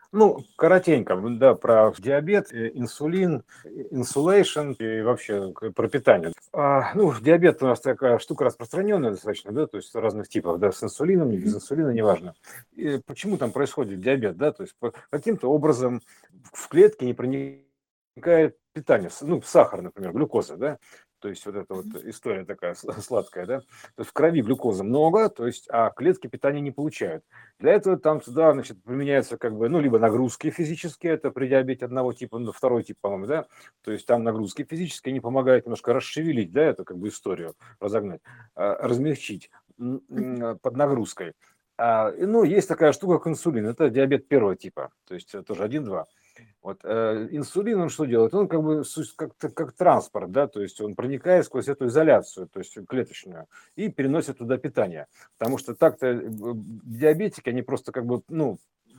Ну, коротенько, да, про диабет, инсулин, инсулейшн и вообще про питание. Ну, диабет у нас такая штука распространенная достаточно, да, то есть разных типов, да, с инсулином, без Мгм. инсулина, неважно. И почему там происходит диабет, да, то есть каким-то образом в клетке не проникает питание, ну, сахар, например, глюкоза, да, то есть вот эта вот Мгм. история такая сладкая, да, то есть в крови глюкозы много, то есть, а клетки питания не получают. Для этого там сюда, значит, применяются как бы, ну, либо нагрузки физические, это при диабете одного типа, ну, второй тип, по-моему, да, то есть там нагрузки физические, они помогают немножко расшевелить, да, эту как бы историю, разогнать, размягчить Мгм. под нагрузкой. Ну, есть такая штука, как инсулин, это диабет первого типа, то есть тоже один-два. Вот, инсулин, он что делает? Он как бы как транспорт, да, то есть он проникает сквозь эту изоляцию, то есть клеточную, и переносит туда питание. Потому что так-то диабетики, они просто как бы, ну,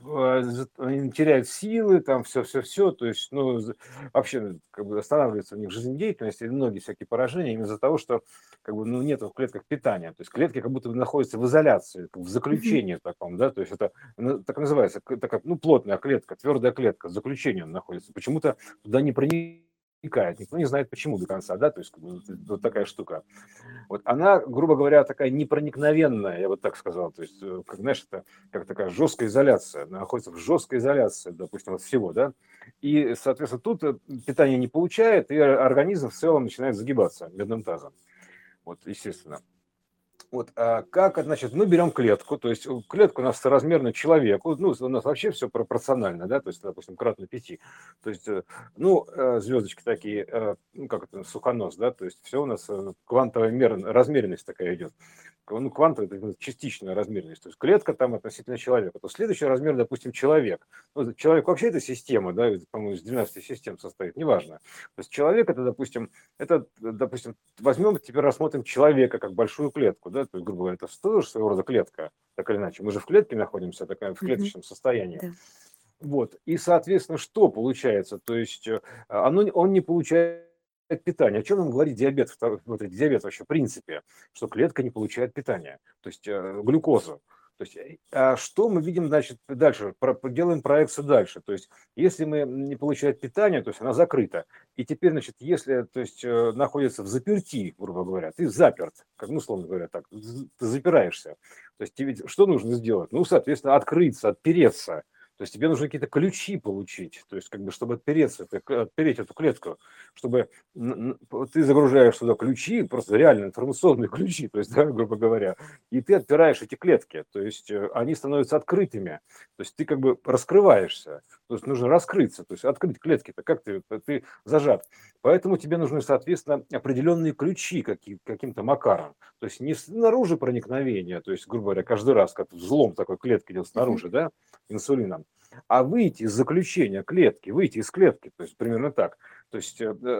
они теряют силы, там все, то есть, ну, вообще как бы останавливается у них жизнедеятельность и многие всякие поражения именно из-за того, что как бы, ну, нет в клетках питания. То есть клетки как будто бы находятся в изоляции, в Мгм. заключении таком, да, то есть это так называется, такая, ну, плотная клетка, твердая клетка, в заключении он находится. Почему-то туда не проникает, никто не знает почему до конца, да, то есть как бы, вот такая штука. Вот она, грубо говоря, такая непроникновенная, я вот так сказал, то есть, как, знаешь, это как такая жесткая изоляция, она находится в жесткой изоляции, допустим, от всего, да, и, соответственно, тут питание не получает, и организм в целом начинает загибаться медным тазом, вот, естественно. Вот, как, значит, мы берем клетку, то есть клетка у нас соразмерна человеку, ну, у нас вообще все пропорционально, да, то есть, допустим, кратно 5. То есть, ну, звездочки такие, ну, как это, сухонос, да, то есть все у нас квантовая размеренность такая идет. Ну, квантовая, это частичная размеренность, то есть клетка там относительно человека. То следующий размер, допустим, человек. Ну, человек вообще это система, да, по-моему, из 12 систем состоит, неважно. То есть человек это, допустим, возьмем, теперь рассмотрим человека как большую клетку, да, то есть, грубо говоря, это тоже своего рода клетка, так или иначе. Мы же в клетке находимся, такая, в Мгм. клеточном состоянии. Да. Вот. И, соответственно, что получается? То есть он не получает питание. О чем нам говорит диабет, вот диабет вообще в принципе, что клетка не получает питание, то есть глюкозу. То есть, что мы видим, значит, дальше, делаем проекцию дальше. То есть, если мы не получаем питание, то есть она закрыта. И теперь, значит, если, то есть, находится в заперти, грубо говоря, ты заперт, как, ну, условно говоря, так, ты запираешься. То есть, тебе что нужно сделать? Ну, соответственно, открыться, отпереться. То есть тебе нужно какие-то ключи получить, то есть как бы чтобы отпереть эту клетку, чтобы ты загружаешь туда ключи, просто реально информационные ключи, то есть, да, грубо говоря, и ты отпираешь эти клетки, то есть они становятся открытыми, то есть ты как бы раскрываешься, то есть нужно раскрыться, то есть открыть клетки-то, как ты зажат. Поэтому тебе нужны, соответственно, определенные ключи каким-то макаром, то есть не снаружи проникновения, то есть, грубо говоря, каждый раз, как взлом такой клетки идет Мгм. снаружи, да, инсулином, а выйти из заключения клетки, выйти из клетки, то есть примерно так. То есть,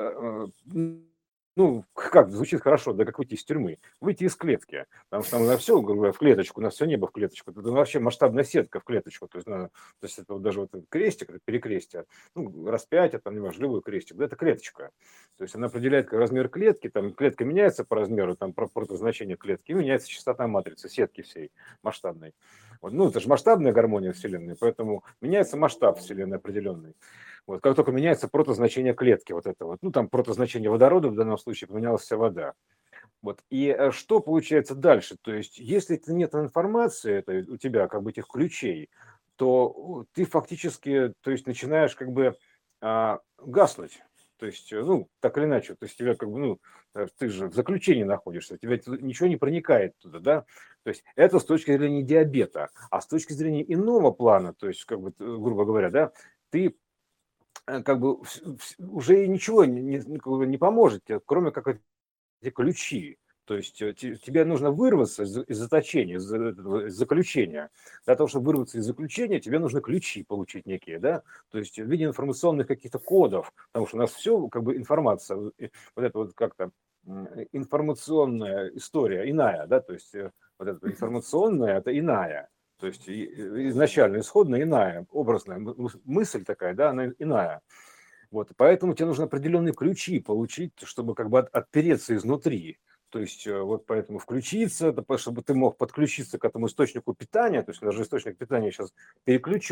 ну, как, звучит хорошо, да как выйти из тюрьмы. Выйти из клетки, потому что там на все, грубо говоря, в клеточку, у нас все небо в клеточку. Это вообще масштабная сетка в клеточку. То есть, то есть это вот даже вот этот крестик, это перекрестие, ну, распятие, там, неважно, любой крестик, да, это клеточка. То есть она определяет размер клетки, там клетка меняется по размеру, там, по значение клетки, и меняется частота матрицы, сетки всей масштабной. Вот, ну, это же масштабная гармония Вселенной, поэтому меняется масштаб Вселенной определенный. Вот, как только меняется протозначение клетки, вот это вот, ну, там протозначение водорода в данном случае, поменялась вся вода. Вот, и что получается дальше? То есть, если нет информации это, у тебя, как бы, этих ключей, то ты фактически, то есть, начинаешь, как бы, гаснуть. То есть, ну, так или иначе, то есть, тебя, как бы, ну, ты же в заключении находишься, тебя ничего не проникает туда, да? То есть, это с точки зрения диабета. А с точки зрения иного плана, то есть, как бы, грубо говоря, да, ты как бы уже ничего как бы не поможет тебе, кроме как эти ключи. То есть тебе нужно вырваться из заточения, из заключения. Для того, чтобы вырваться из заключения, тебе нужны ключи получить некие, да, то есть в виде информационных каких-то кодов, потому что у нас все, как бы, информация, вот это вот как-то информационная история иная, да, то есть вот это Мгм. информационная, это иная. То есть изначально исходная иная, образная мысль такая, да, она иная. Вот, поэтому тебе нужно определенные ключи получить, чтобы как бы отпереться изнутри. То есть вот поэтому включиться, чтобы ты мог подключиться к этому источнику питания, то есть даже источник питания сейчас переключен,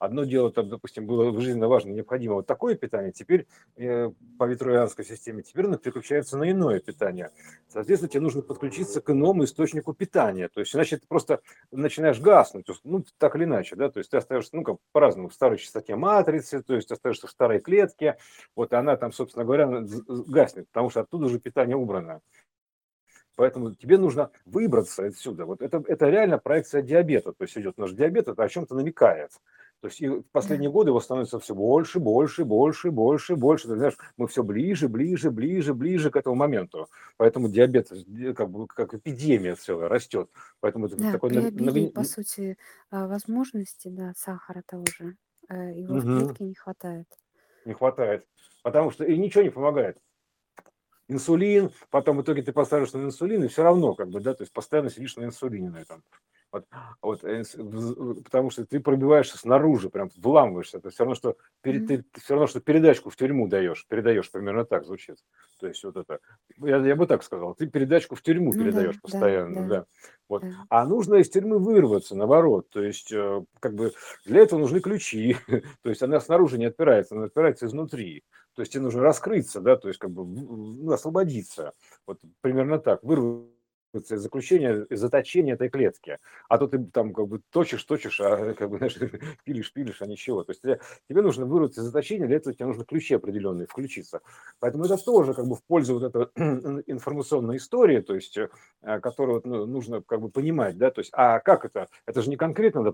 одно дело, там, допустим, было жизненно важно, необходимо вот такое питание, теперь по витруианской системе, теперь оно переключается на иное питание. Соответственно, тебе нужно подключиться к иному источнику питания, то есть иначе ты просто начинаешь гаснуть, ну, так или иначе, да, то есть ты остаешься, ну, как по-разному, в старой частоте матрицы, то есть остаешься в старой клетке, вот, и она там, собственно говоря, гаснет, потому что оттуда уже питание убрано. Поэтому тебе нужно выбраться отсюда. Вот это реально проекция диабета. То есть идет наш диабет, это о чем-то намекает. То есть и в последние Да. годы его становится все больше, больше, больше, больше, больше. Ты знаешь, мы все ближе, ближе, ближе, ближе к этому моменту. Поэтому диабет как бы как эпидемия целая растет. Поэтому это Да, такой при обилии, по сути, возможностей, да, сахара того же, его в Мгм. клетке не хватает. Не хватает. Потому что и ничего не помогает. Инсулин, потом в итоге ты поставишь на инсулин, и все равно, как бы, да, то есть постоянно сидишь на инсулине на этом. Вот, потому что ты пробиваешься снаружи, прям вламываешься. Это все равно, что Мгм. ты все равно, что передачку в тюрьму передаешь, примерно так звучит. То есть вот это, я бы так сказал, ты передачку в тюрьму Ну да, передаешь да, постоянно, да, да. Вот. да. А нужно из тюрьмы вырваться, наоборот. То есть, как бы для этого нужны ключи. То есть она снаружи не отпирается, она отпирается изнутри. То есть тебе нужно раскрыться, да, то есть как бы ну, освободиться. Вот примерно так, вырваться из заключения, из заточения этой клетки. А то ты там как бы точишь, а как бы, знаешь, пилишь, а ничего. То есть тебе нужно вырваться из заточения, для этого тебе нужны ключи определенные, включиться. Поэтому это тоже как бы в пользу вот этой информационной истории, то есть, которую вот, ну, нужно как бы понимать, да, то есть, а как это? Это же не конкретно,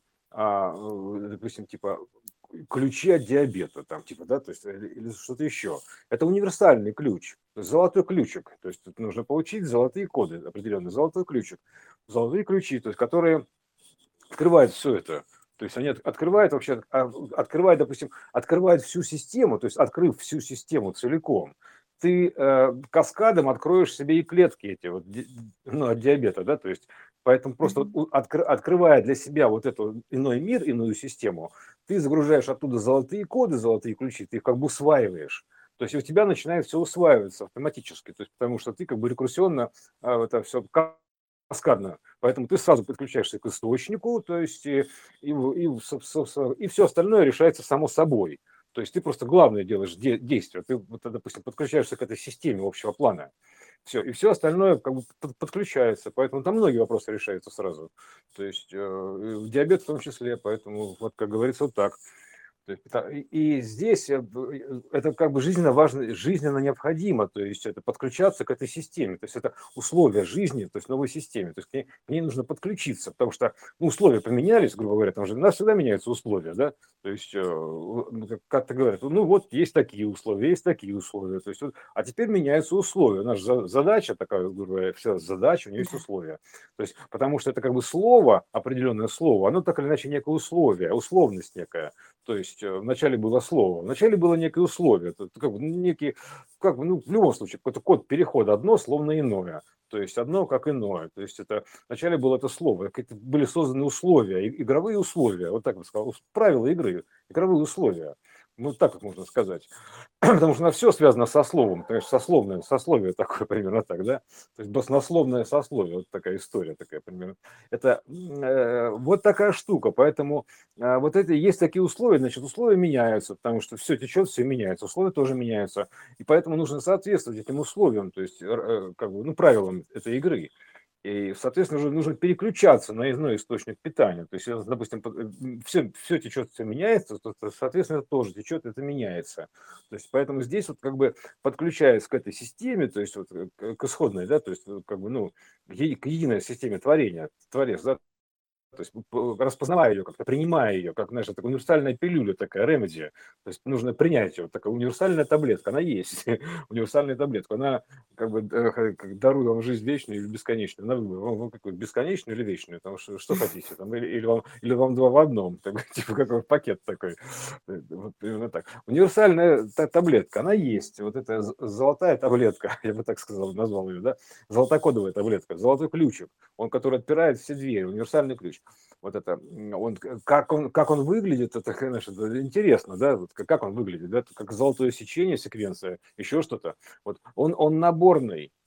допустим, типа ключи от диабета, там, типа, да, то есть, или что-то еще. Это универсальный ключ, то есть золотой ключик. То есть тут нужно получить золотые коды, определенный золотой ключик. Золотые ключи, то есть, которые открывают все это. То есть они открывают вообще, открывают, допустим, открывают всю систему, то есть открыв всю систему целиком, ты каскадом откроешь себе и клетки эти вот, ну, от диабета, да, то есть поэтому просто Мгм. вот, открывая для себя вот этот иной мир, иную систему, ты загружаешь оттуда золотые коды, золотые ключи, ты их как бы усваиваешь. То есть у тебя начинает все усваиваться автоматически, то есть потому что ты как бы рекурсионно это все каскадно. Поэтому ты сразу подключаешься к источнику, то есть и все остальное решается само собой. То есть ты просто главное делаешь действие. Ты, вот, допустим, подключаешься к этой системе общего плана. Все, и все остальное как бы подключается. Поэтому там многие вопросы решаются сразу. То есть диабет в том числе. Поэтому, вот как говорится, вот так. То есть и здесь это как бы жизненно важно, жизненно необходимо, то есть это подключаться к этой системе, то есть это условия жизни, то есть новой системе, то есть к ней нужно подключиться, потому что ну, условия поменялись, грубо говоря, там же у нас всегда меняются условия, да, то есть как-то говорят, ну вот есть такие условия, то есть а теперь меняются условия, наша задача такая, грубо говоря, вся задача, у нее есть Да. условия, то есть потому что это как бы слово, определенное слово, оно так или иначе некое условие, условность некая. То есть вначале было слово, вначале было некое условие, это как бы некий, как бы, ну, в любом случае, какой-то код перехода одно словно иное. То есть одно как иное. То есть это вначале было это слово, какие-то были созданы условия, игровые условия, вот так бы сказал, правила игры, игровые условия. Ну, так как можно сказать. Потому что у нас все связано со словом, конечно, сословие такое примерно так, да? То есть баснословное сословие, вот такая история такая примерно. Это вот такая штука, поэтому вот это есть такие условия, значит, условия меняются, потому что все течет, все меняется, условия тоже меняются, и поэтому нужно соответствовать этим условиям, то есть как бы, ну, правилам этой игры. И, соответственно, уже нужно переключаться на иной источник питания. То есть, если, допустим, все течет, все меняется, то, соответственно, это тоже течет, это меняется. То есть, поэтому здесь вот как бы подключаясь к этой системе, то есть вот к исходной, да, то есть как бы, ну, к единой системе творения, творец, да, то есть распознавая ее, как-то принимая ее, как, знаешь, это универсальная пилюля такая, ремеди. То есть нужно принять ее, такая универсальная таблетка, она есть, универсальная таблетка, она как бы как дарует вам жизнь вечную или бесконечную, на выбор, вам какую, бесконечную или вечную, потому что хотите, там, или вам два в одном, так, типа какой пакет такой, вот именно так. Универсальная таблетка, она есть, вот эта золотая таблетка, я бы так сказал, назвал ее, да, золотокодовая таблетка, золотой ключик, он, который отпирает все двери, универсальный ключ. Вот это, как он выглядит, это, конечно, это интересно, да, вот как он выглядит, да, как золотое сечение, секвенция, еще что-то. Вот он наборный,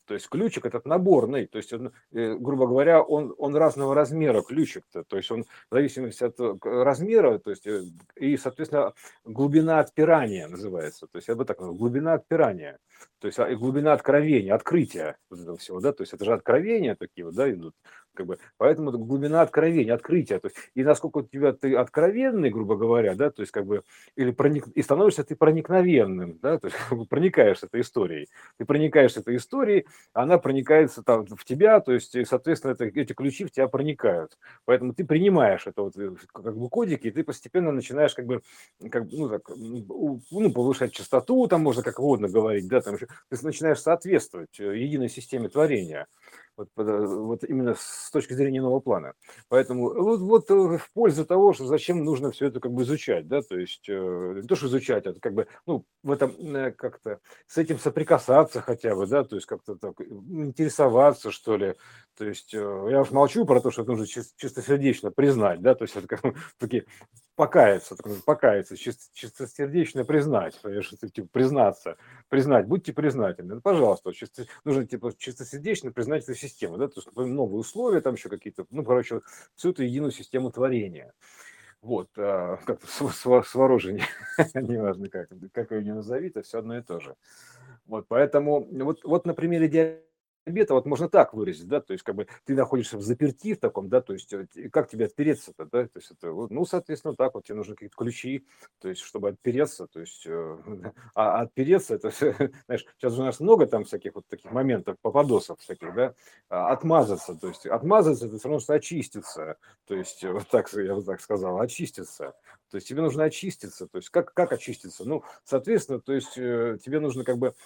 То есть ключик этот наборный, то есть, грубо говоря, он разного размера ключик-то, то есть он в зависимости от размера, то есть, и, соответственно, глубина отпирания называется, то есть я бы так назвал, глубина отпирания, то есть и глубина откровения, открытия вот этого всего, да, то есть это же откровения такие вот, да, идут, как бы, поэтому это глубина откровения, открытия, то есть, и насколько у тебя ты откровенный, грубо говоря, да, то есть как бы, или и становишься ты проникновенным, да, то есть как бы проникаешь этой историей, ты проникаешься этой историей, она проникается там в тебя, то есть, и, соответственно, эти ключи в тебя проникают. Поэтому ты принимаешь это вот как бы кодики, и ты постепенно начинаешь ну, так, ну, повышать частоту, там можно как угодно говорить, да, там еще, ты начинаешь соответствовать единой системе творения. Вот именно с точки зрения нового плана. Поэтому в пользу того, что зачем нужно все это как бы изучать, да, то есть не то, что изучать, а как бы, ну, в этом как-то с этим соприкасаться хотя бы, да, то есть как-то так интересоваться, что ли. То есть я уж молчу про то, что это нужно чистосердечно признать, да, то есть это как таки покаяться, покаяться, чистосердечно признать, понимаешь, типа, признать, будьте признательны, ну, пожалуйста, нужно типа чистосердечно признать эту систему, да, то есть новые условия там еще какие-то, ну, короче, всю эту единую систему творения. Вот, как-то сворожение, неважно как ее не назови, это все одно и то же. Вот, поэтому вот на примере диабета вот можно так выразить, да, то есть как бы ты находишься в заперти в таком, да, то есть и как тебе отпереться-то, да, то есть это, ну, соответственно, так вот тебе нужны какие-то ключи, то есть чтобы отпереться, то есть, а отпереться, это, знаешь, сейчас у нас много там всяких вот таких моментов, попадосов всяких, да, отмазаться, то есть отмазаться, это все равно, что очиститься, то есть вот так, я бы так сказал, очиститься, то есть тебе нужно очиститься, то есть как очиститься, ну, соответственно, то есть тебе нужно как бы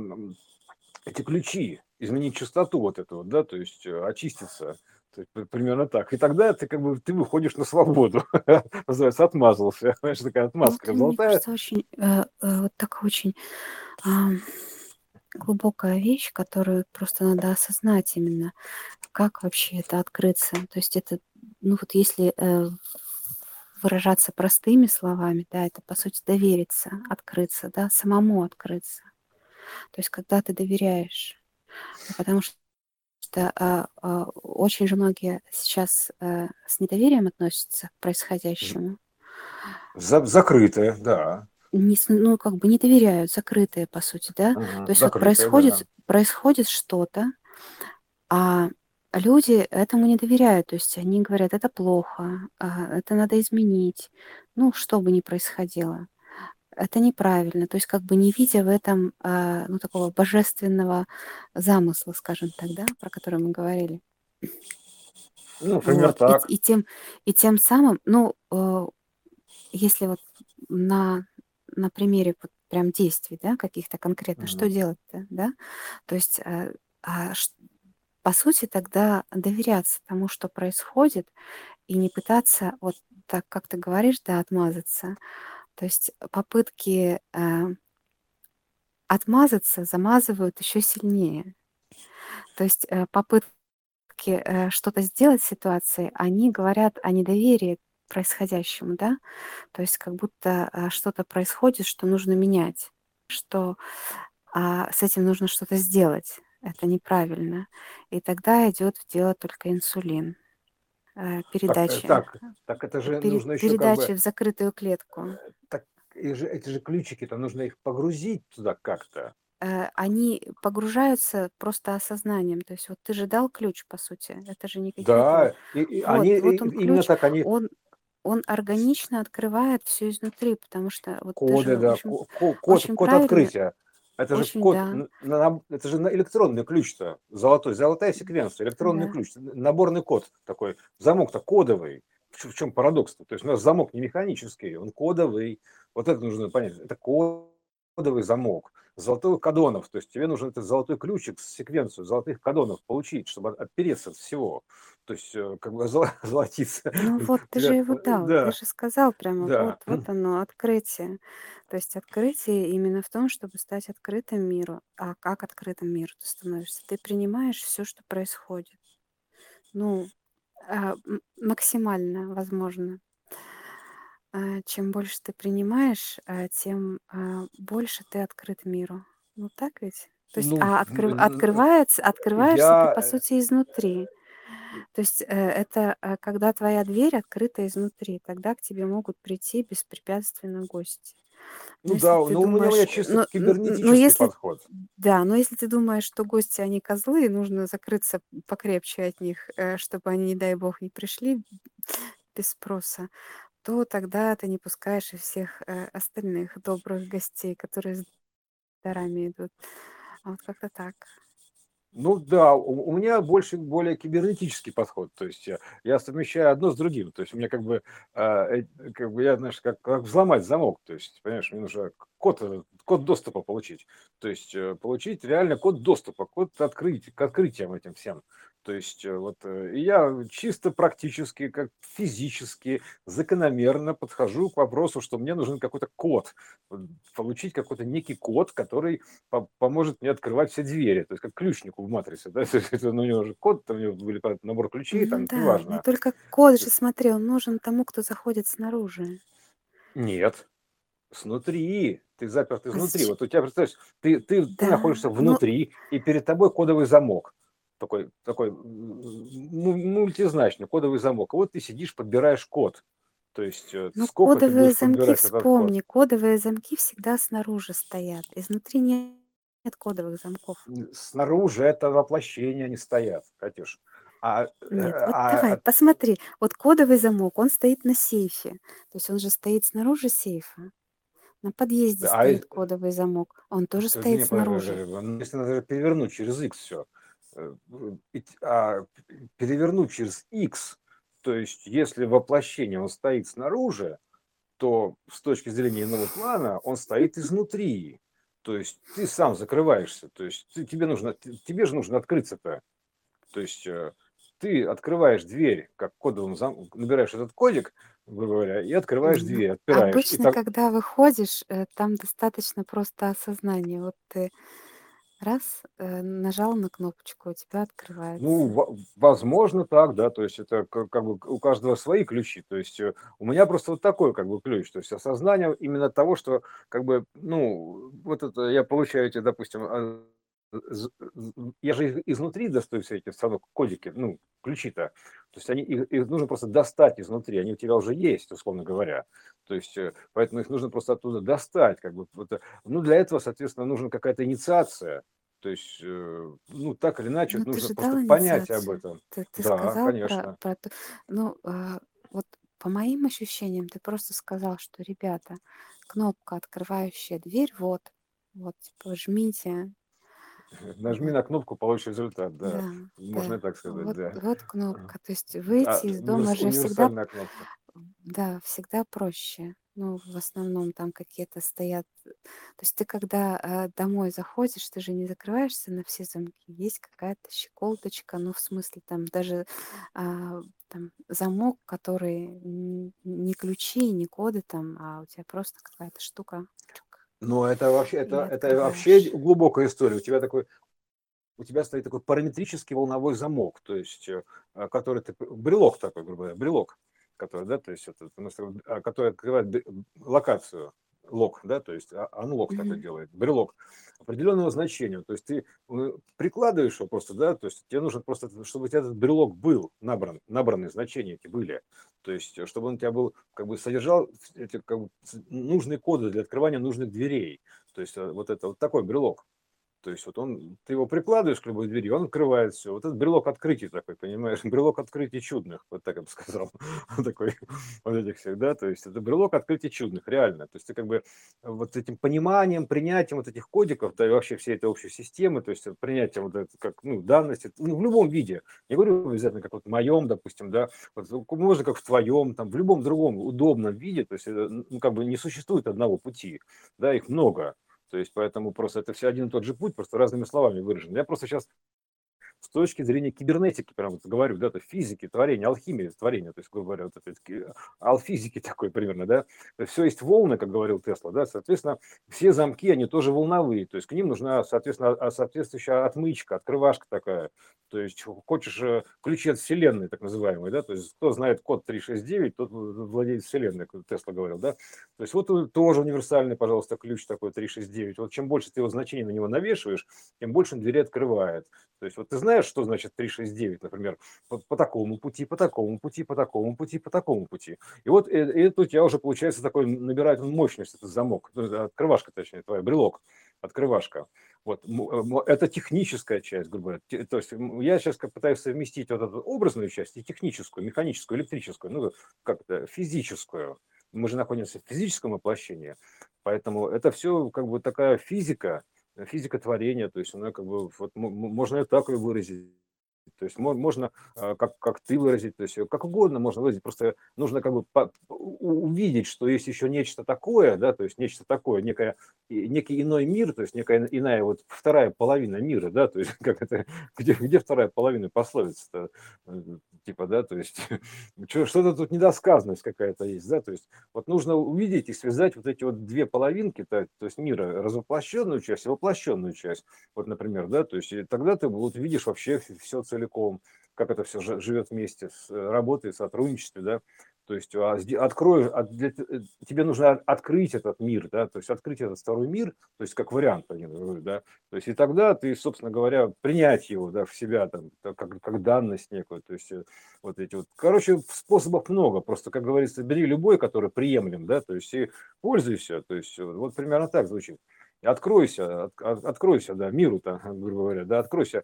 эти ключи, изменить частоту вот эту вот, да, то есть очиститься. То есть, примерно так. И тогда ты как бы ты выходишь на свободу. Называется, отмазался. Знаешь, такая Ну, отмазка это, мне золотая. кажется, очень, вот такая очень ам, глубокая вещь, которую просто надо осознать именно, как вообще это открыться. То есть это, ну вот если выражаться простыми словами, да, это по сути довериться, открыться, да, самому открыться. То есть когда ты доверяешь, потому что очень же многие сейчас с недоверием относятся к з- происходящему, Закрытая, да. ну, как бы не доверяют, закрытые, по сути, да. То Мгм. есть вот Закрытая, да. происходит что-то, а люди этому не доверяют. То есть они говорят, это плохо, это надо изменить, ну, что бы ни происходило. Это неправильно. То есть как бы не видя в этом, ну, такого божественного замысла, скажем так, да, про который мы говорили. Ну, например, Вот. так. И тем самым, ну, если вот на, на примере вот прям действий, да, каких-то конкретно, что Мгм. делать-то, да? То есть, а, ш- по сути, тогда доверяться тому, что происходит, и не пытаться вот так, как ты говоришь, да, отмазаться. То есть попытки отмазаться замазывают еще сильнее. То есть попытки что-то сделать в ситуации, они говорят о недоверии к происходящему, да? То есть как будто что-то происходит, что нужно менять, что с этим нужно что-то сделать. Это неправильно. И тогда идет в дело только инсулин, Так, передачи, так это же нужно еще как бы, передачи в закрытую клетку. так, эти же ключики-то нужно их погрузить туда как-то. Они погружаются просто осознанием. То есть вот ты же дал ключ, по сути. Это же не какие-то вот... Да, и Вот, они вот он именно ключ, так, они он, он органично открывает все изнутри, потому что вот ты коды, же да, очень код правильно, открытия. Это же очень, код, да, это же электронный ключ-то, золотая секвенция, электронный да. ключ, наборный код такой, замок-то кодовый. В чем парадокс-то? То есть у нас замок не механический, он кодовый. Вот это нужно понять. Это кодовый замок. Золотой кадонов. То есть тебе нужен этот золотой ключик, секвенцию золотых кадонов получить, чтобы отпереться от всего. То есть как бы золотиться. Ну вот, ты же Тебя, его дал, ты да, же сказал прямо, да. вот оно, открытие. То есть открытие именно в том, чтобы стать открытым миру. А как открытым миру ты становишься? Ты принимаешь все, что происходит. Ну, максимально возможно. Чем больше ты принимаешь, тем больше ты открыт миру. Ну так ведь? То есть, Ну, открываешься ты, по я, сути, изнутри. То есть, это, когда твоя дверь открыта изнутри, тогда к тебе могут прийти беспрепятственно гости. Но ну если да, ты ну у меня думаешь, чисто но кибернетический если подход. да, но если ты думаешь, что гости, они козлы, и нужно закрыться покрепче от них, чтобы они, не дай бог, не пришли без спроса, то тогда ты не пускаешь и всех, остальных добрых гостей, которые с дарами идут. Вот как-то так. Ну да, у меня более кибернетический подход. То есть я совмещаю одно с другим. То есть у меня как бы я, знаешь, как взломать замок. То есть, понимаешь, мне нужно код доступа получить. То есть получить реально код доступа, код открытия, к открытиям этим всем. То есть и я чисто практически, как физически, закономерно подхожу к вопросу, что мне нужен какой-то код, получить какой-то некий код, который поможет мне открывать все двери. То есть как ключнику в матрице, да, то есть у него же код, там у него были набор ключей, Ну там, да, но неважно. только код же, смотри, он нужен тому, кто заходит снаружи. Нет, снутри, ты заперт А изнутри. зач Вот у тебя, представь, ты Да, находишься но внутри, и перед тобой кодовый замок. Такой мультизначный кодовый замок. И вот ты сидишь, подбираешь код. То есть но сколько ты кодовые будешь замки, подбирать этот код? вспомни, кодовые замки всегда снаружи стоят. Изнутри нет кодовых замков. Снаружи это воплощение, они стоят, Катюш. Нет, вот давай, посмотри. Вот кодовый замок, он стоит на сейфе. То есть он же стоит снаружи сейфа. На подъезде а, стоит кодовый замок. Он тоже стоит снаружи. если надо перевернуть через X все, перевернуть через X, то есть если воплощение он стоит снаружи, то с точки зрения иного плана он стоит изнутри. То есть ты сам закрываешься. То есть тебе же нужно открыться-то. То есть ты открываешь дверь, как набираешь этот кодик, грубо говоря, и открываешь Ну, дверь, отпираешь. И обычно, так, когда выходишь, там достаточно просто осознания. Вот ты раз, нажал на кнопочку, у тебя ну, открывается. возможно, так, да, то есть это как бы у каждого свои ключи, то есть у меня просто вот такой как бы ключ, то есть осознание именно того, что как бы, ну, вот это я получаю эти, допустим, я же их изнутри достаю все эти все равно кодики, ну, ключи-то, то есть их нужно просто достать изнутри, они у тебя уже есть, условно говоря, то есть поэтому их нужно просто оттуда достать, как бы, ну, для этого, соответственно, нужна какая-то инициация, то есть, ну, так или иначе, Ну, ты нужно же просто дал понять об инициацию. этом. Ты Да, сказал конечно. про то. Ну, вот по моим ощущениям, ты просто сказал, что, ребята, кнопка, открывающая дверь, вот, типа, жмите. Нажми Вот, на кнопку, получишь результат, да. да, Можно и да, так сказать, вот, да. вот кнопка. То есть выйти из дома же всегда, Универсальная кнопка. да, всегда проще. Ну, в основном там какие-то стоят. То есть ты когда домой заходишь, ты же не закрываешься на все замки. Есть какая-то щеколдочка, ну, в смысле, там даже там замок, который не ключи, не коды там, а у тебя просто какая-то штука, чук, Но это вообще, и это вообще открываешь. глубокая история. У тебя стоит такой параметрический волновой замок, то есть, который брелок такой, грубо говоря, брелок, который, да, то есть, который открывает локацию, лок, да, то есть, unlock такой Мгм. делает, брелок определенного значения. То есть ты прикладываешь его просто, да, то есть тебе нужно просто, чтобы у тебя этот брелок был набранные значения эти были. То есть, чтобы он у тебя был, как бы содержал эти как бы, нужные коды для открывания нужных дверей. То есть вот это вот такой брелок. То есть ты его прикладываешь к любой двери, он открывает все. Вот этот брелок открытий такой, понимаешь, брелок открытий чудных, вот так я бы сказал, такой, вот этих всех, да, то есть это брелок открытий чудных, реально. То есть ты как бы вот этим пониманием, принятием вот этих кодиков, да, и вообще всей этой общей системы, то есть принятием вот это как, ну, данности, ну, в любом виде, не говорю обязательно как вот в моем, допустим, да, вот, можно как в твоем, там, в любом другом удобном виде, то есть ну, как бы не существует одного пути, да, их много. То есть, поэтому просто это все один и тот же путь, просто разными словами выражено. Я просто сейчас с точки зрения кибернетики, прям вот говорю, да, то есть физики, творения, алхимии, творения, то есть, грубо говоря, вот это, алфизики такой примерно, да, все есть волны, как говорил Тесла, да, соответственно, все замки, они тоже волновые, то есть к ним нужна, соответственно, соответствующая отмычка, открывашка такая, то есть хочешь ключи от вселенной, так называемые, да, то есть кто знает код 369, тот владеет вселенной, как Тесла говорил, да, то есть вот тоже универсальный, пожалуйста, ключ такой 369, вот чем больше ты его значений на него навешиваешь, тем больше он двери открывает, то есть вот ты знаешь, что значит 369, например, по такому пути, по такому пути, по такому пути, по такому пути, и вот это у тебя уже получается такой, набирает мощность, этот замок, открывашка, точнее, твоя брелок, открывашка. Вот, это техническая часть, грубо говоря. То есть я сейчас пытаюсь совместить вот эту образную часть и техническую, механическую, электрическую, ну, как-то физическую. Мы же находимся в физическом воплощении, поэтому это все как бы такая физика, физика творения, то есть она как бы, вот, можно и так ее выразить. То есть можно, как ты выразить, то есть как угодно можно выразить, просто нужно как бы увидеть, что есть еще нечто такое, да, то есть нечто такое, некий иной мир, то есть некая иная вот вторая половина мира, да, то есть как это, где вторая половина пословица-то, типа, да, то есть что-то тут недосказанность какая-то есть, да, то есть вот нужно увидеть и связать вот эти вот две половинки, то есть мира, развоплощенную часть и воплощенную часть, вот, например, да, то есть и тогда ты вот видишь вообще все целиком, как это все живет вместе, работает, в сотрудничестве, да, то есть тебе нужно открыть этот мир, да, то есть открыть этот второй мир, то есть как вариант, да, то есть и тогда ты, собственно говоря, принять его, да, в себя, там, как данность некую, то есть вот эти вот, короче, способов много, просто, как говорится, бери любой, который приемлем, да, то есть и пользуйся, то есть вот примерно так звучит. Откройся, да, миру-то, грубо говоря, да,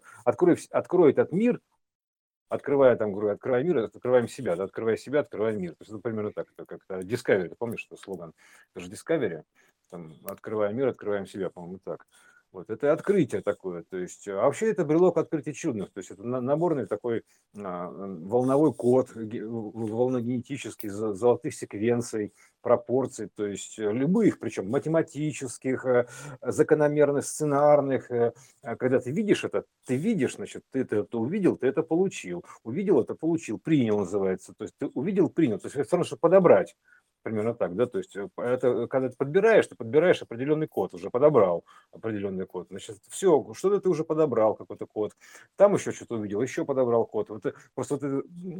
открой этот мир, открывая там, говорю, открывая мир, открываем себя, да, открывая себя, открываем мир. То есть это примерно так, это как-то Discovery, ты помнишь, что слоган? Это же Discovery, там, открывая мир, открываем себя, по-моему, так. Вот, это открытие такое, то есть, а вообще это брелок открытий чудных, то есть это наборный такой волновой код, волногенетический, золотых секвенций, пропорций, то есть любых, причем математических, закономерных, сценарных. Когда ты видишь это, ты видишь, значит, ты это увидел, ты это получил. Увидел это, получил, принял называется. То есть ты увидел, принял. То есть это все равно, что подобрать. Примерно так, да, то есть это, когда ты подбираешь определенный код, уже подобрал определенный код, значит, все, что-то ты уже подобрал, какой-то код, там еще что-то увидел, еще подобрал код, вот, просто вот,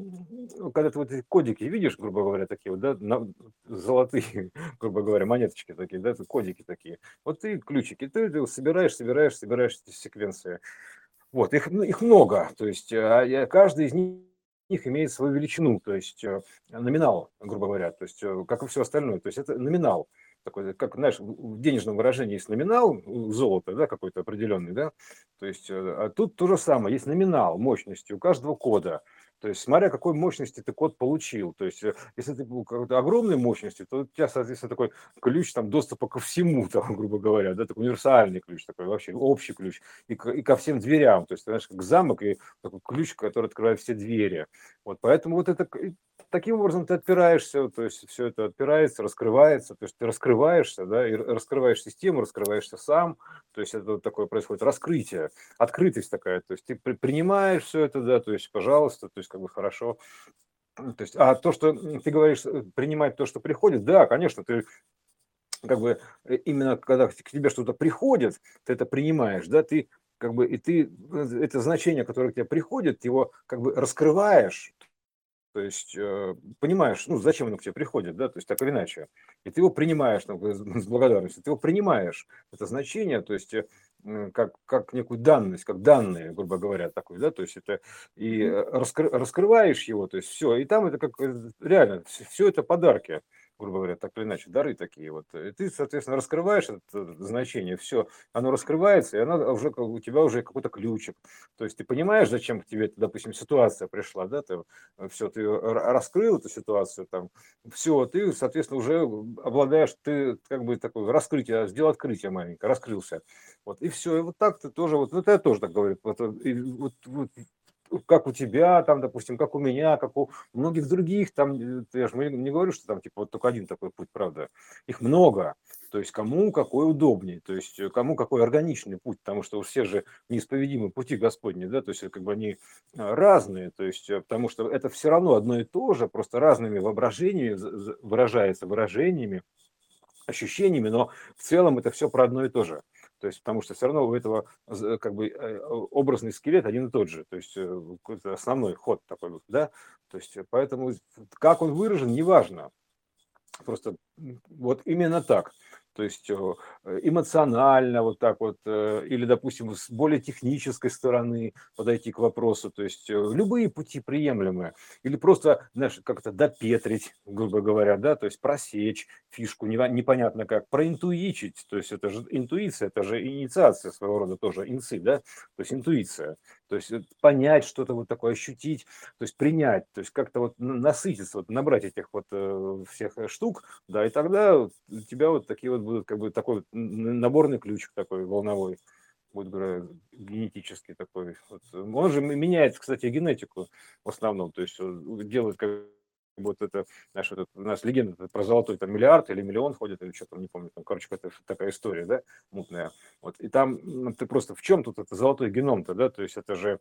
когда ты вот эти кодики видишь, грубо говоря, такие вот, да, золотые, грубо говоря, монеточки такие, да, кодики такие, вот ты ключики, ты собираешь эти секвенции, вот, их много, то есть каждый из них имеет свою величину, то есть номинал, грубо говоря, то есть как и все остальное, то есть это номинал, такой, как, знаешь, в денежном выражении есть номинал золота, да, какой-то определенный, да, то есть а тут то же самое, есть номинал мощности у каждого кода, то есть смотря какой мощности ты код получил, то есть если ты был какой-то огромной мощности, то у тебя, соответственно, такой ключ там доступа ко всему, там, грубо говоря, да, такой универсальный ключ, такой вообще общий ключ, и ко всем дверям, то есть, знаешь, как замок и такой ключ, который открывает все двери. Вот поэтому вот это таким образом ты отпираешься, то есть все это отпирается, раскрывается, то есть ты раскрываешься, да, и раскрываешь систему, раскрываешься сам, то есть это вот такое происходит раскрытие, открытость такая, то есть ты принимаешь все это, да, то есть пожалуйста, то есть как бы хорошо. То есть, а то, что ты говоришь, принимать то, что приходит, да, конечно, ты как бы именно когда к тебе что-то приходит, ты это принимаешь, да, ты как бы и ты это значение, которое к тебе приходит, его как бы раскрываешь, то есть понимаешь, ну, зачем оно к тебе приходит, да, то есть так или иначе. И ты его принимаешь там, с благодарностью, ты его принимаешь, это значение, то есть как некую данность, как данные, грубо говоря, такой, да, то есть это и раскрываешь его, то есть все, и там это как реально, все это подарки, грубо говоря, так или иначе, дары такие вот. И ты, соответственно, раскрываешь это значение, все, оно раскрывается, и оно уже у тебя уже какой-то ключик. То есть ты понимаешь, зачем к тебе, допустим, ситуация пришла, да, ты все, ты раскрыл эту ситуацию, там, все, ты, соответственно, уже обладаешь, ты как бы такое раскрытие, сделал открытие маленькое, раскрылся. Вот, и все, и вот так ты тоже, вот, это я тоже так говорю, вот как у тебя, там, допустим, как у меня, как у многих других, там, я же не говорю, что там, типа, вот только один такой путь, правда, их много, То есть кому какой удобнее, то есть кому какой органичный путь, потому что у всех же неисповедимы пути Господни, да, то есть как бы они разные, то есть потому что это все равно одно и то же, просто разными воображениями выражается, выражениями, ощущениями, но в целом это все про одно и то же. То есть, потому что все равно у этого как бы образный скелет один и тот же, то есть какой-то основной ход такой вот, да, то есть поэтому как он выражен, неважно, просто вот именно так. То есть эмоционально вот так вот, или, допустим, с более технической стороны подойти к вопросу. То есть любые пути приемлемые. Или просто, знаешь, как-то допетрить, грубо говоря, да, то есть просечь фишку, непонятно как, проинтуичить. То есть это же интуиция, это же инициация своего рода тоже, инцы, да, то есть интуиция. То есть понять что-то вот такое, ощутить, то есть принять, то есть как-то вот насытиться, вот набрать этих вот всех штук, да, и тогда у тебя вот такие вот будут, как бы такой вот наборный ключик такой волновой, будет, говоря, генетический такой. Вот. Он же меняет, кстати, генетику в основном, то есть делает как вот это, знаешь, вот это, у нас легенда про золотой там миллиард или миллион ходит, или что-то, не помню, там, короче, какая-то такая история, да, мутная. Вот, и там ты просто в чем тут это золотой геном-то, да, то есть это же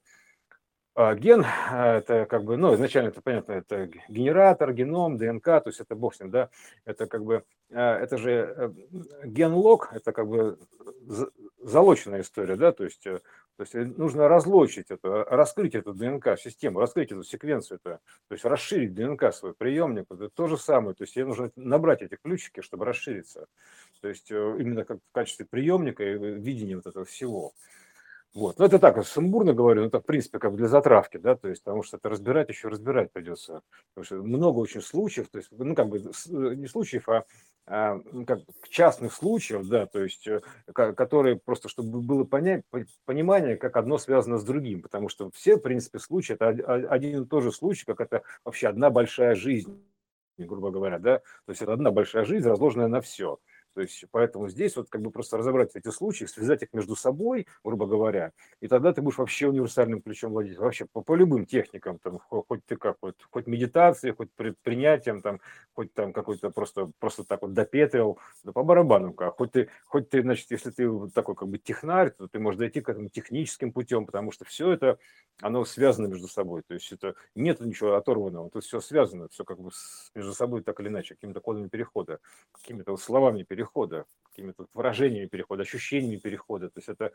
ген, это как бы, ну, изначально это понятно, это генератор, геном, ДНК, то есть это бог с ним, да, это как бы, это же ген-лог, это как бы залоченная история, да, то есть нужно разлочить это, раскрыть эту ДНК-систему, раскрыть эту секвенцию, это, то есть расширить ДНК свой приемник, это то же самое, то есть ей нужно набрать эти ключики, чтобы расшириться, то есть именно как в качестве приемника и видения вот этого всего. Вот. Ну, это так, сумбурно говорю, но это, в принципе, как бы для затравки, да, то есть, потому что это разбирать еще разбирать придется. Потому что много очень случаев, то есть, ну, как бы, не случаев, ну, как бы частных случаев, да, то есть, которые просто, чтобы было понимание, как одно связано с другим, потому что все, в принципе, случаи, это один и тот же случай, как это вообще одна большая жизнь, грубо говоря, да, то есть это одна большая жизнь, разложенная на все. То есть, поэтому здесь вот как бы просто разобрать эти случаи, связать их между собой, грубо говоря, и тогда ты будешь вообще универсальным ключом владеть, вообще по любым техникам, там, хоть ты как, хоть медитации, хоть принятием, там, хоть там какой-то просто так вот допетрил, да по барабану как, хоть ты, значит, если ты вот такой как бы технарь, то ты можешь дойти к этому техническим путем, потому что все это, оно связано между собой, то есть это нет ничего оторванного, тут все связано, все как бы между собой так или иначе, какими-то кодами перехода, какими-то вот словами перехода, какими-то выражениями перехода, ощущениями перехода. То есть это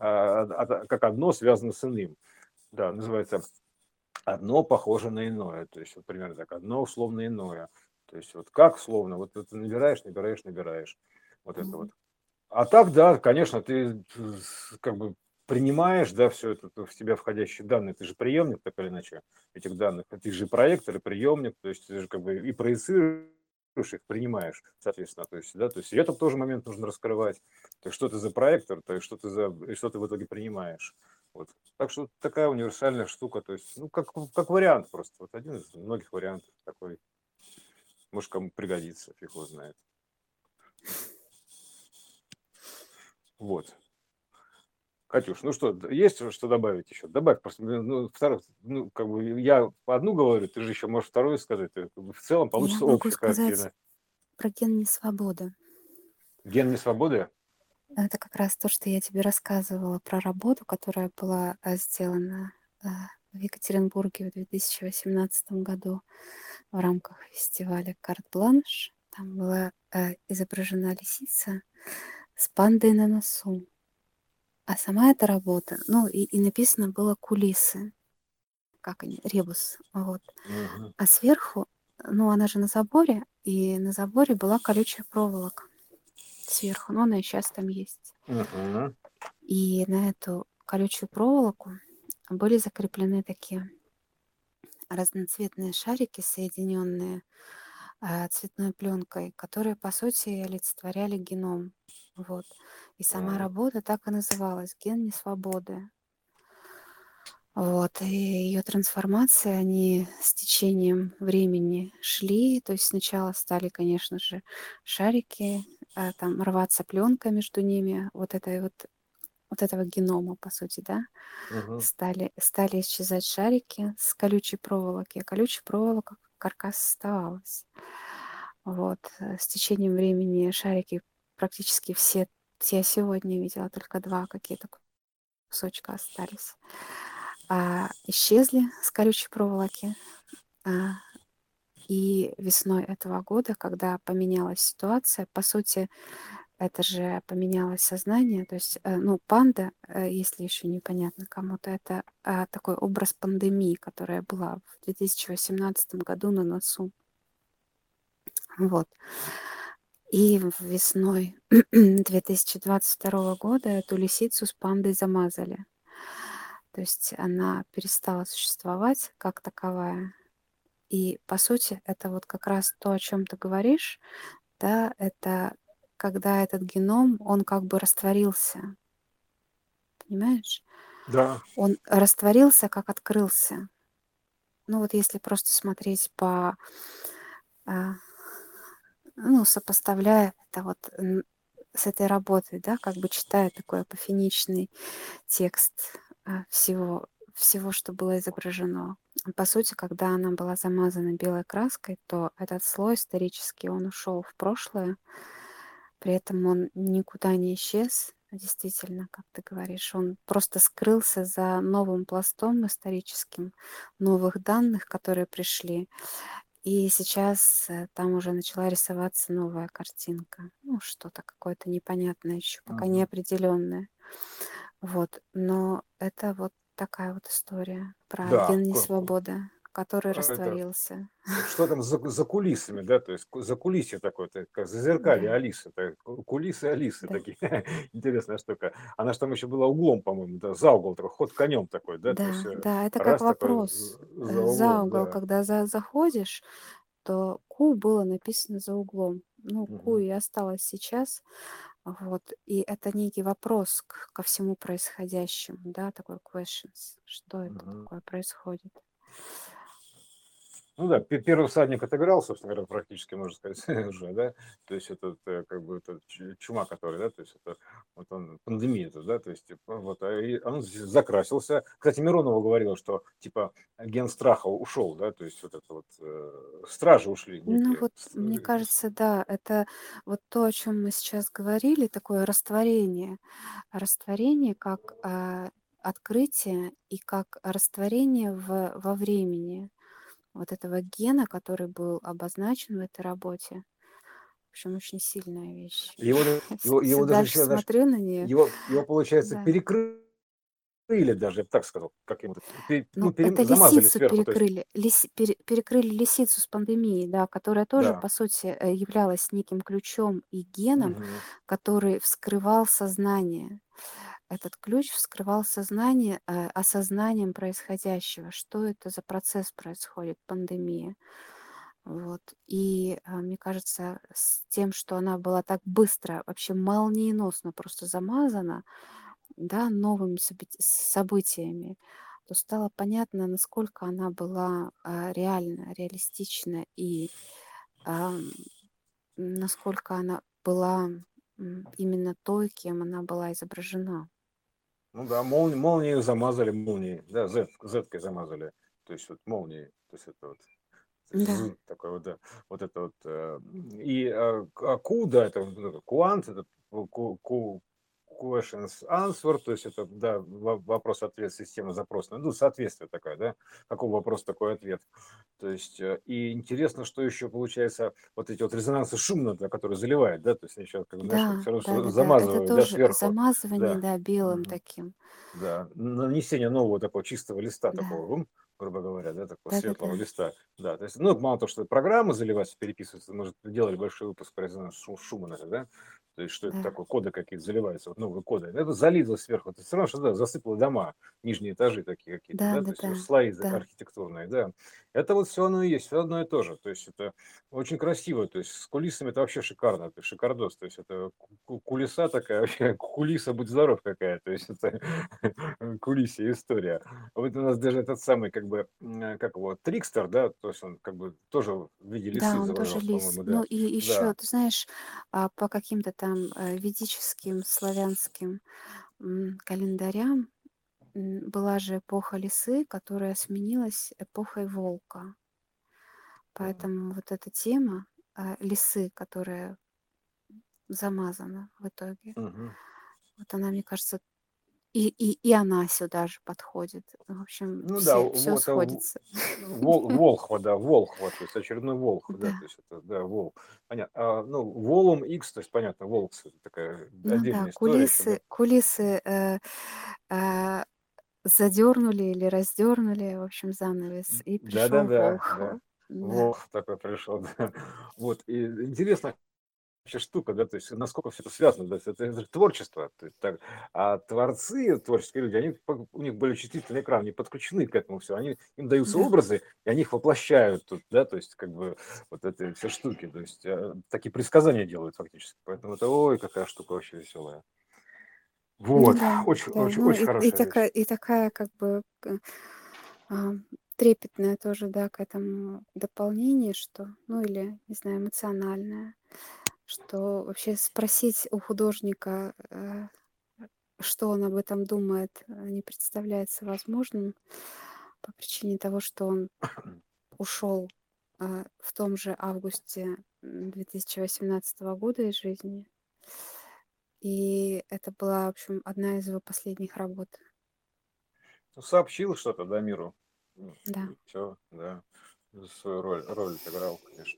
как одно связано с иным. Да, называется одно похоже на иное. То есть вот примерно так, одно условно иное. То есть вот как условно, вот это набираешь, набираешь, набираешь. Вот это вот. А так, да, конечно, ты как бы принимаешь, да, все это в себя входящие данные. Ты же приемник, так или иначе, этих данных. Ты же проектор и приемник, то есть ты же как бы и проецируешь их, принимаешь, соответственно. То есть, да, то есть и этот тоже момент нужно раскрывать. То есть что ты за проектор, то есть что ты и что ты в итоге принимаешь. Вот. Так что такая универсальная штука, то есть, ну, как вариант просто. Вот один из многих вариантов такой. Может, кому пригодится, фиг его знает. Вот. Катюш, ну что, есть что добавить еще? Добавь просто, ну, второй, ну, как бы я одну говорю, ты же еще можешь вторую сказать. Как бы в целом Я получится могу общая сказать картина. про ген несвободы. Ген несвободы? Это как раз то, что я тебе рассказывала про работу, которая была сделана в Екатеринбурге в 2018 году в рамках фестиваля «Карт-бланш». Там была изображена лисица с пандой на носу. А сама эта работа, ну и написано было «кулисы», как они, ребус, вот. Мгм. А сверху, ну она же на заборе, и на заборе была колючая проволока сверху, но она и сейчас там есть. Мгм. И на эту колючую проволоку были закреплены такие разноцветные шарики, соединенные цветной пленкой, которые, по сути, олицетворяли геном. Вот. И сама Мгм. работа так и называлась «Ген несвободы». Вот. И ее трансформации, они с течением времени шли. То есть сначала стали, конечно же, шарики, там рваться пленка между ними, вот этого генома, по сути, да, Мгм. стали исчезать шарики с колючей проволоки, а колючая проволока, как каркас, оставалась. Вот. С течением времени шарики практически все, я сегодня видела только 2 какие-то кусочка остались, исчезли с колючей проволоки. А, И весной этого года, когда поменялась ситуация, по сути, это же поменялось сознание. То есть, ну, панда, если еще непонятно кому-то, это такой образ пандемии, которая была в 2018 году на носу. Вот. И весной 2022 года эту лисицу с пандой замазали. То есть она перестала существовать как таковая. И, по сути, это вот как раз то, о чем ты говоришь, да, это когда этот геном, он как бы растворился, понимаешь? Да, Он растворился, как открылся. Ну вот если просто смотреть по, а, ну, сопоставляя это вот с этой работой, да, как бы читая такой апофеничный текст всего, что было изображено. По сути, когда она была замазана белой краской, то этот слой исторический, он ушел в прошлое, при этом он никуда не исчез, действительно, как ты говоришь, он просто скрылся за новым пластом историческим новых данных, которые пришли. И сейчас там уже начала рисоваться новая картинка. Ну, что-то какое-то непонятное еще, пока мгм. неопределенное. Вот. Но это вот такая вот история про Да, ген несвободы, который это растворился. что там за кулисами, да, то есть закулисье такое, как зазеркалье Да, Алисы, кулисы Алисы да, такие, интересная штука. Она же там еще была углом, по-моему, да, за угол такой, ход конем такой, да, то есть да, да, это как раз такой вопрос. за За углом, угол, да. когда заходишь, то Q было написано за углом. Ну, Q Мгм. и осталось сейчас. Вот. И это некий вопрос ко всему происходящему, да, такой questions. Что это Мгм. такое происходит? Ну да, первый всадник отыграл, собственно говоря, практически, можно сказать, уже, да, то есть это как бы это чума, которая, да, то есть это вот он, пандемия, это, да, то есть вот, и он закрасился. Кстати, Миронова говорила, что типа ген страха ушел, да, то есть вот это вот стражи ушли Ну некие. вот, мне кажется, да, это вот то, о чем мы сейчас говорили, такое растворение. Растворение как открытие и как растворение во времени вот этого гена, который был обозначен в этой работе. В общем, очень сильная вещь. Его, Все его даже дальше еще, знаешь, смотрю на нее. его получается, Да. перекрыли даже, я бы так сказал, как ему, Ну, ну, это замазали лисицу сверху, то есть, перекрыли, перекрыли лисицу с пандемией, да, которая тоже, да. по сути, являлась неким ключом и геном, Мгм. который вскрывал сознание. Этот ключ вскрывал сознание, осознанием происходящего, что это за процесс происходит, пандемия. Вот. И мне кажется, с тем, что она была так быстро, вообще молниеносно просто замазана, да, новыми событиями, то стало понятно, насколько она была реальна, реалистична и ам, насколько она была именно той, кем она была изображена. Ну да, молнии замазали, молнии, да, Z-кой замазали, то есть вот молнии, то есть это вот Да, такой вот, да, вот это вот, и Q, да, это вот это Quant, это questions answer, то есть это, да, вопрос-ответ, система запросная, ну, соответствие такое, да, какой вопрос, такой ответ. То есть, и интересно, что еще получается, вот эти вот резонансы шумно, да, которые заливают, да, то есть они сейчас, как бы, знаешь, как да, все да, равно да, да. Это замазывают, да, тоже сверху, замазывание, да. да, белым Мгм. таким. Да, нанесение нового такого чистого листа, Да, такого, грубо говоря, да, такого да, да, светлого да, листа. Да, то есть, ну, мало того, что программы заливать, переписываться, мы же делали большой выпуск про резонанс Шумана, да, то есть, что это да, такое, коды какие-то заливаются, вот новые коды. Это залито сверху, это все равно, что, да, засыпало дома, нижние этажи такие какие-то, да, да, да, то есть, да, слои да, архитектурные, да. Это вот все оно и есть, все одно и то же, то есть, это очень красиво, то есть, с кулисами это вообще шикарно, это шикардос, то есть, это кулиса такая, вообще, кулиса, будь здоров какая, то есть, это кулисе история. Вот у нас даже этот самый, как бы, как его, Трикстер, да, то есть он как бы тоже в виде да, лисы он тоже изображался, лис. по-моему, Ну да. и еще, Да. ты знаешь, по каким-то там ведическим, славянским календарям была же эпоха лисы, которая сменилась эпохой волка. Мгм. Поэтому вот эта тема лисы, которая замазано в итоге. Мгм. Вот она, мне кажется, и она сюда же подходит. В общем, Ну да, все вот сходится. Волхва, да, Волхва, то есть очередной Волх, да, Да. то есть это, да, Волк. Понятно. Ну, Волум X, то есть понятно, Волкс, это такая Ну да, отдельная история еще, да. кулисы э, задернули или раздернули, в общем, занавес, и пришел Да-да-да, Волхв. да. Да, Волх такой пришел, да. Вот, и интересно, вообще штука, да, то есть насколько все это связано, да, это же творчество, то есть так, а творцы, творческие люди, у них были чувствительный экран, они подключены к этому все, им даются да. образы, и они их воплощают тут, да, то есть как бы вот эти все штуки, то есть такие предсказания делают фактически, поэтому это, ой, какая штука вообще веселая. Ну Вот, да, очень, да. очень, Ну очень хорошая вещь. и такая как бы а, трепетная тоже, да, к этому дополнение, что, ну или, не знаю, эмоциональное, что вообще спросить у художника, что он об этом думает, не представляется возможным по причине того, что он ушел в том же августе 2018 года из жизни. И это была, в общем, одна из его последних работ. Ну, сообщил что-то, да, миру, Да. и все, да, свою роль отыграл, конечно.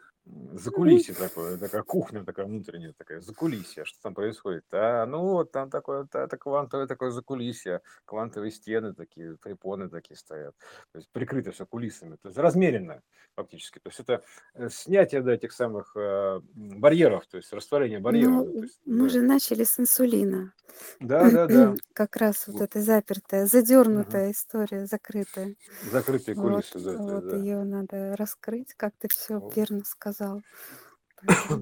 Ну, Закулисье такое, такая кухня такая внутренняя, такая закулисье. Что там происходит? Ну вот там такое, это квантовое такое закулисье, квантовые стены такие, препоны такие стоят. То есть прикрыто все кулисами, то есть размеренно фактически. То есть это снятие, да, этих самых барьеров, то есть растворение барьеров. но Да, то есть, мы да, же начали с инсулина. да, да, да. Как раз вот Вот, эта запертая, мгм. задернутая история, закрытая. Закрытые кулисы, да, то есть, Вот да. ее надо раскрыть, как ты все О, верно сказал. Поэтому,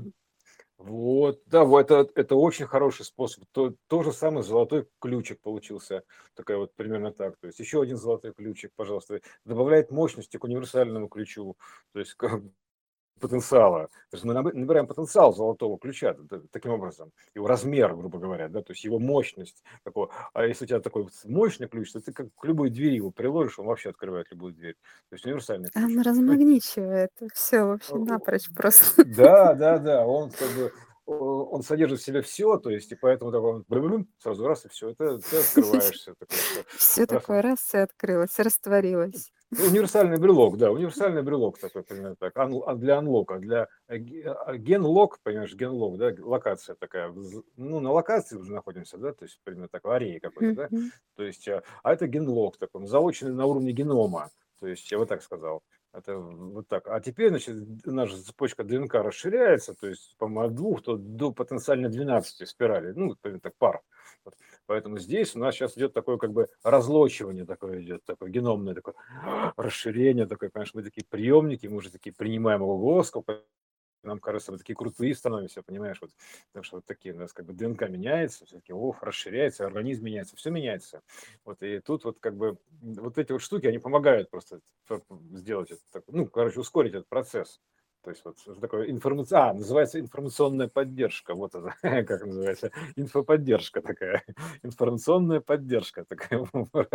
вот, да, вот это очень хороший способ. То же самое золотой ключик получился. Такая вот примерно так. То есть еще один золотой ключик, пожалуйста, добавляет мощности к универсальному ключу. То есть как потенциала. То есть мы набираем потенциал золотого ключа таким образом, его размер, грубо говоря, да, то есть его мощность. Такого. А если у тебя такой вот мощный ключ, то ты как к любой двери его приложишь, он вообще открывает любую дверь. То есть универсальный ключ. она Ну, размагничивает все вообще напрочь просто. да, да, да, он как бы он содержит в себе все, то есть и поэтому такой он брым, сразу раз и все, это ты открываешься, такое все. Все Раз такое раз, все открылось, растворилось. универсальный брелок, да, универсальный брелок такой, примерно так, для анлока, для генлок, понимаешь, генлок, да, локация такая, ну, на локации уже находимся, да, то есть примерно так, в арее какой-то, да, Мгм. то есть, это генлок такой, заочный на уровне генома, то есть, я вот так сказал. Это вот так. А теперь, значит, наша цепочка ДНК расширяется, то есть, по-моему, от 2 до потенциально 12 спиралей, ну, примерно так, пар. Вот. Поэтому здесь у нас сейчас идет такое как бы разлочивание такое идет, такое геномное такое расширение такое, конечно, мы такие приемники, мы уже такие принимаем, ого, сколько нам кажется, мы такие крутые становимся, понимаешь, вот, так что вот такие у нас как бы ДНК меняется, все-таки, расширяется, организм меняется, все меняется. Вот, и тут вот как бы вот эти вот штуки, они помогают просто сделать это, ну, короче, ускорить этот процесс. То есть вот такое называется информационная поддержка, вот это, как называется, инфоподдержка такая, информационная поддержка такая,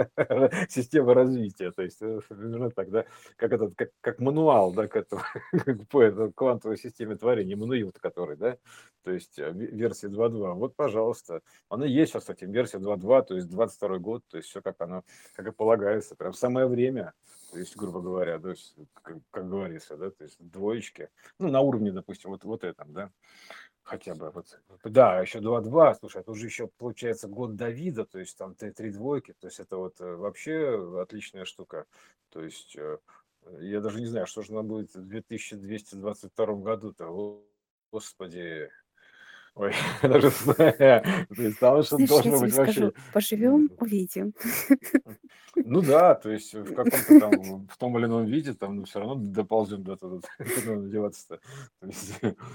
система развития, то есть примерно так, да, как мануал, да, к этому, по этой квантовой системе творения, мануил который, да, то есть версия 2.2, вот, пожалуйста, она есть сейчас, кстати, версия 2.2, то есть 22 год, то есть все как оно, как и полагается, прям самое время, то есть, грубо говоря, то есть, как говорится, да, то есть двоечки, ну, на уровне, допустим, вот этом, да, хотя бы вот, да, еще 2.2, слушай, это уже еще получается год Давида, то есть там три двойки, то есть это вот вообще отличная штука, то есть я даже не знаю, что же нам будет в 2222 году-то, господи, ой, я даже знаю, то есть там что Знаешь, я должно тебе быть скажу, вообще. поживем, увидим. Ну да, то есть в каком-то там, в том или ином виде, там, ну, все равно доползем до туда, куда надо деваться-то. То есть,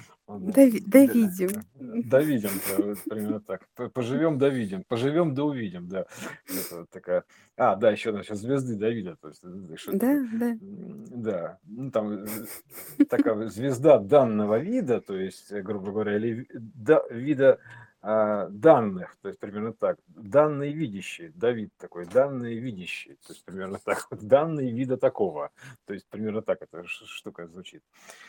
Довидим. довидим, вот примерно так. Поживем, довидим. Поживем, да увидим, да. Это вот такая. Да, еще насчет звезды Давида, то есть, что Да, такое? да. Да, ну там такая звезда данного вида, то есть, грубо говоря, или вида данных, то есть примерно так. Данные видящие, Давид такой, данные видящие, то есть примерно так. Вот, данные вида такого, то есть примерно так эта штука звучит.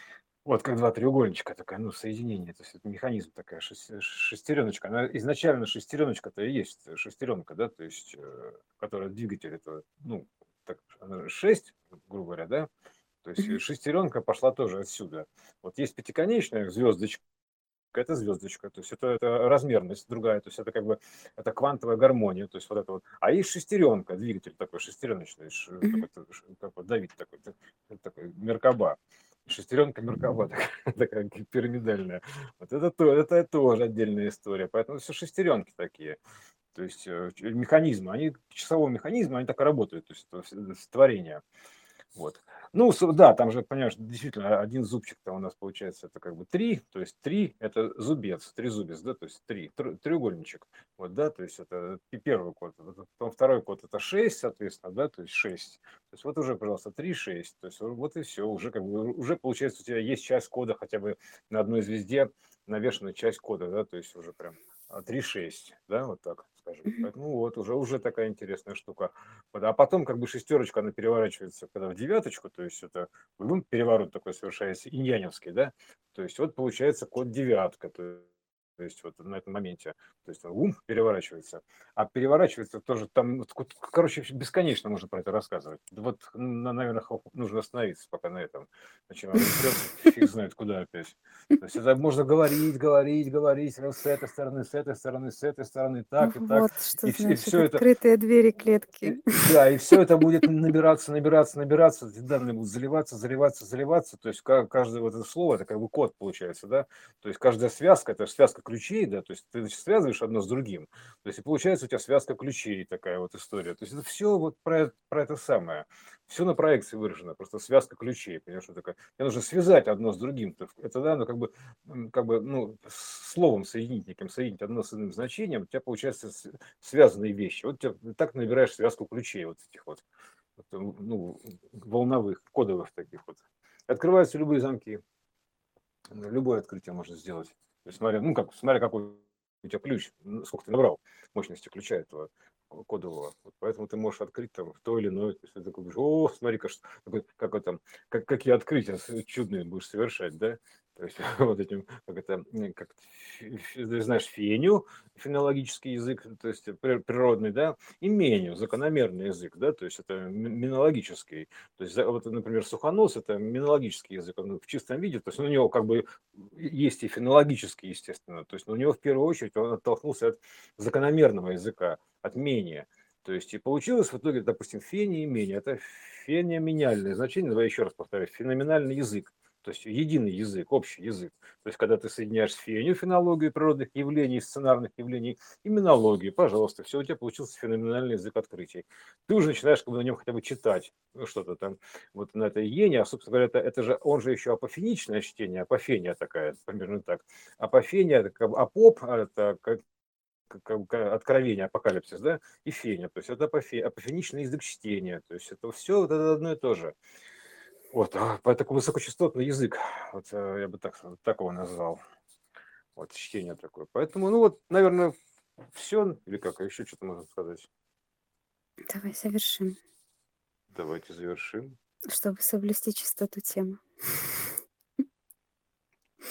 Вот как два треугольничка такая, ну, соединение, то есть это механизм такая шестереночка. Она изначально шестереночка-то и есть шестеренка, да, то есть, которая двигатель это, ну, так, она 6, грубо говоря, да, то есть Мгм. шестеренка пошла тоже отсюда. Вот есть пятиконечная звездочка, это звездочка, то есть это размерность другая, то есть это как бы это квантовая гармония, то есть вот это вот. А есть шестеренка, двигатель такой шестереночный, Мгм. такой, как вот Давид такой, такой Меркаба. Шестеренка Меркаба такая пирамидальная. Вот это тоже отдельная история. Поэтому все шестеренки такие. То есть механизмы, они часового механизма, они так и работают, то есть это творение. Вот. Ну, да, там же, понимаешь, действительно, один зубчик там у нас получается, это как бы 3, то есть 3 это зубец, трезубец, да, то есть 3 треугольничек. Вот, да, то есть это первый код. Потом второй код это 6, соответственно, да, то есть 6. То есть вот уже, пожалуйста, 3 6. То есть вот и все, уже как бы, уже получается у тебя есть часть кода хотя бы на одной звезде, навешана часть кода, да, то есть уже прям 3 6, да, вот так скажем. Мгм. Поэтому вот уже такая интересная штука. Вот, а потом как бы шестерочка, она переворачивается когда в девяточку, то есть это переворот такой совершается иньяневский, да, то есть вот получается код девятка, то есть вот на этом моменте, то есть переворачивается, а переворачивается тоже там, короче, бесконечно можно про это рассказывать. Да вот, наверное, нужно остановиться пока на этом, иначе упрет фиг знает куда опять. То есть это можно говорить, говорить, говорить с этой стороны, с этой стороны, с этой стороны, так и так, Вот что и значит все это открытые двери клетки. да, и все это будет набираться, набираться, набираться, эти данные будут заливаться, заливаться, заливаться. То есть каждое вот это слово, это как бы код получается, да. То есть каждая связка, это связка ключей, да, то есть ты значит, связываешь одно с другим. То есть и получается у тебя связка ключей, такая вот история. То есть это все вот про это самое. Все на проекции выражено, просто связка ключей, понимаешь, что такое. Тебе нужно связать одно с другим. Это, да, ну, как бы, ну, словом соединить, неким соединить одно с иным значением, у тебя получается связанные вещи. Вот ты так набираешь связку ключей вот этих вот, ну, волновых, кодовых таких вот. Открываются любые замки, любое открытие можно сделать. То есть, смотря какой у тебя ключ, сколько ты набрал мощности ключа этого кодового. Вот поэтому ты можешь открыть там то или иное. То есть ты такой говоришь, о, смотри-ка, как это, какие открытия чудные будешь совершать, да? То есть вот этим, как это, ты знаешь, феню, фенологический язык, то есть природный, да, и меню, закономерный язык, да, то есть это минологический. То есть, вот, например, сухонос – это минологический язык, он в чистом виде, то есть у него как бы есть и фенологический, естественно, то есть у него в первую очередь он оттолкнулся от закономерного языка, от мения. То есть и получилось в итоге, допустим, фения и мения. Это феноменальное значение, давай еще раз повторюсь, феноменальный язык. То есть единый язык, общий язык. То есть когда ты соединяешь фению, фенологию природных явлений, сценарных явлений, и минологию, пожалуйста, все, у тебя получился феноменальный язык открытий. Ты уже начинаешь как бы на нем хотя бы читать, ну, что-то там вот на этой иене, а, собственно говоря, это же, он же еще апофеничное чтение, апофения такая, примерно так. Апофения, это как бы апоп, это откровение, апокалипсис, да, и феня, то есть это апофеничный язык чтения, то есть это все вот это одно и то же. Вот, такой высокочастотный язык, вот я бы так его назвал, вот чтение такое. Поэтому, ну вот, наверное, все, или как, а еще что-то можно сказать. Давай завершим, Давайте завершим. чтобы соблюсти чистоту темы.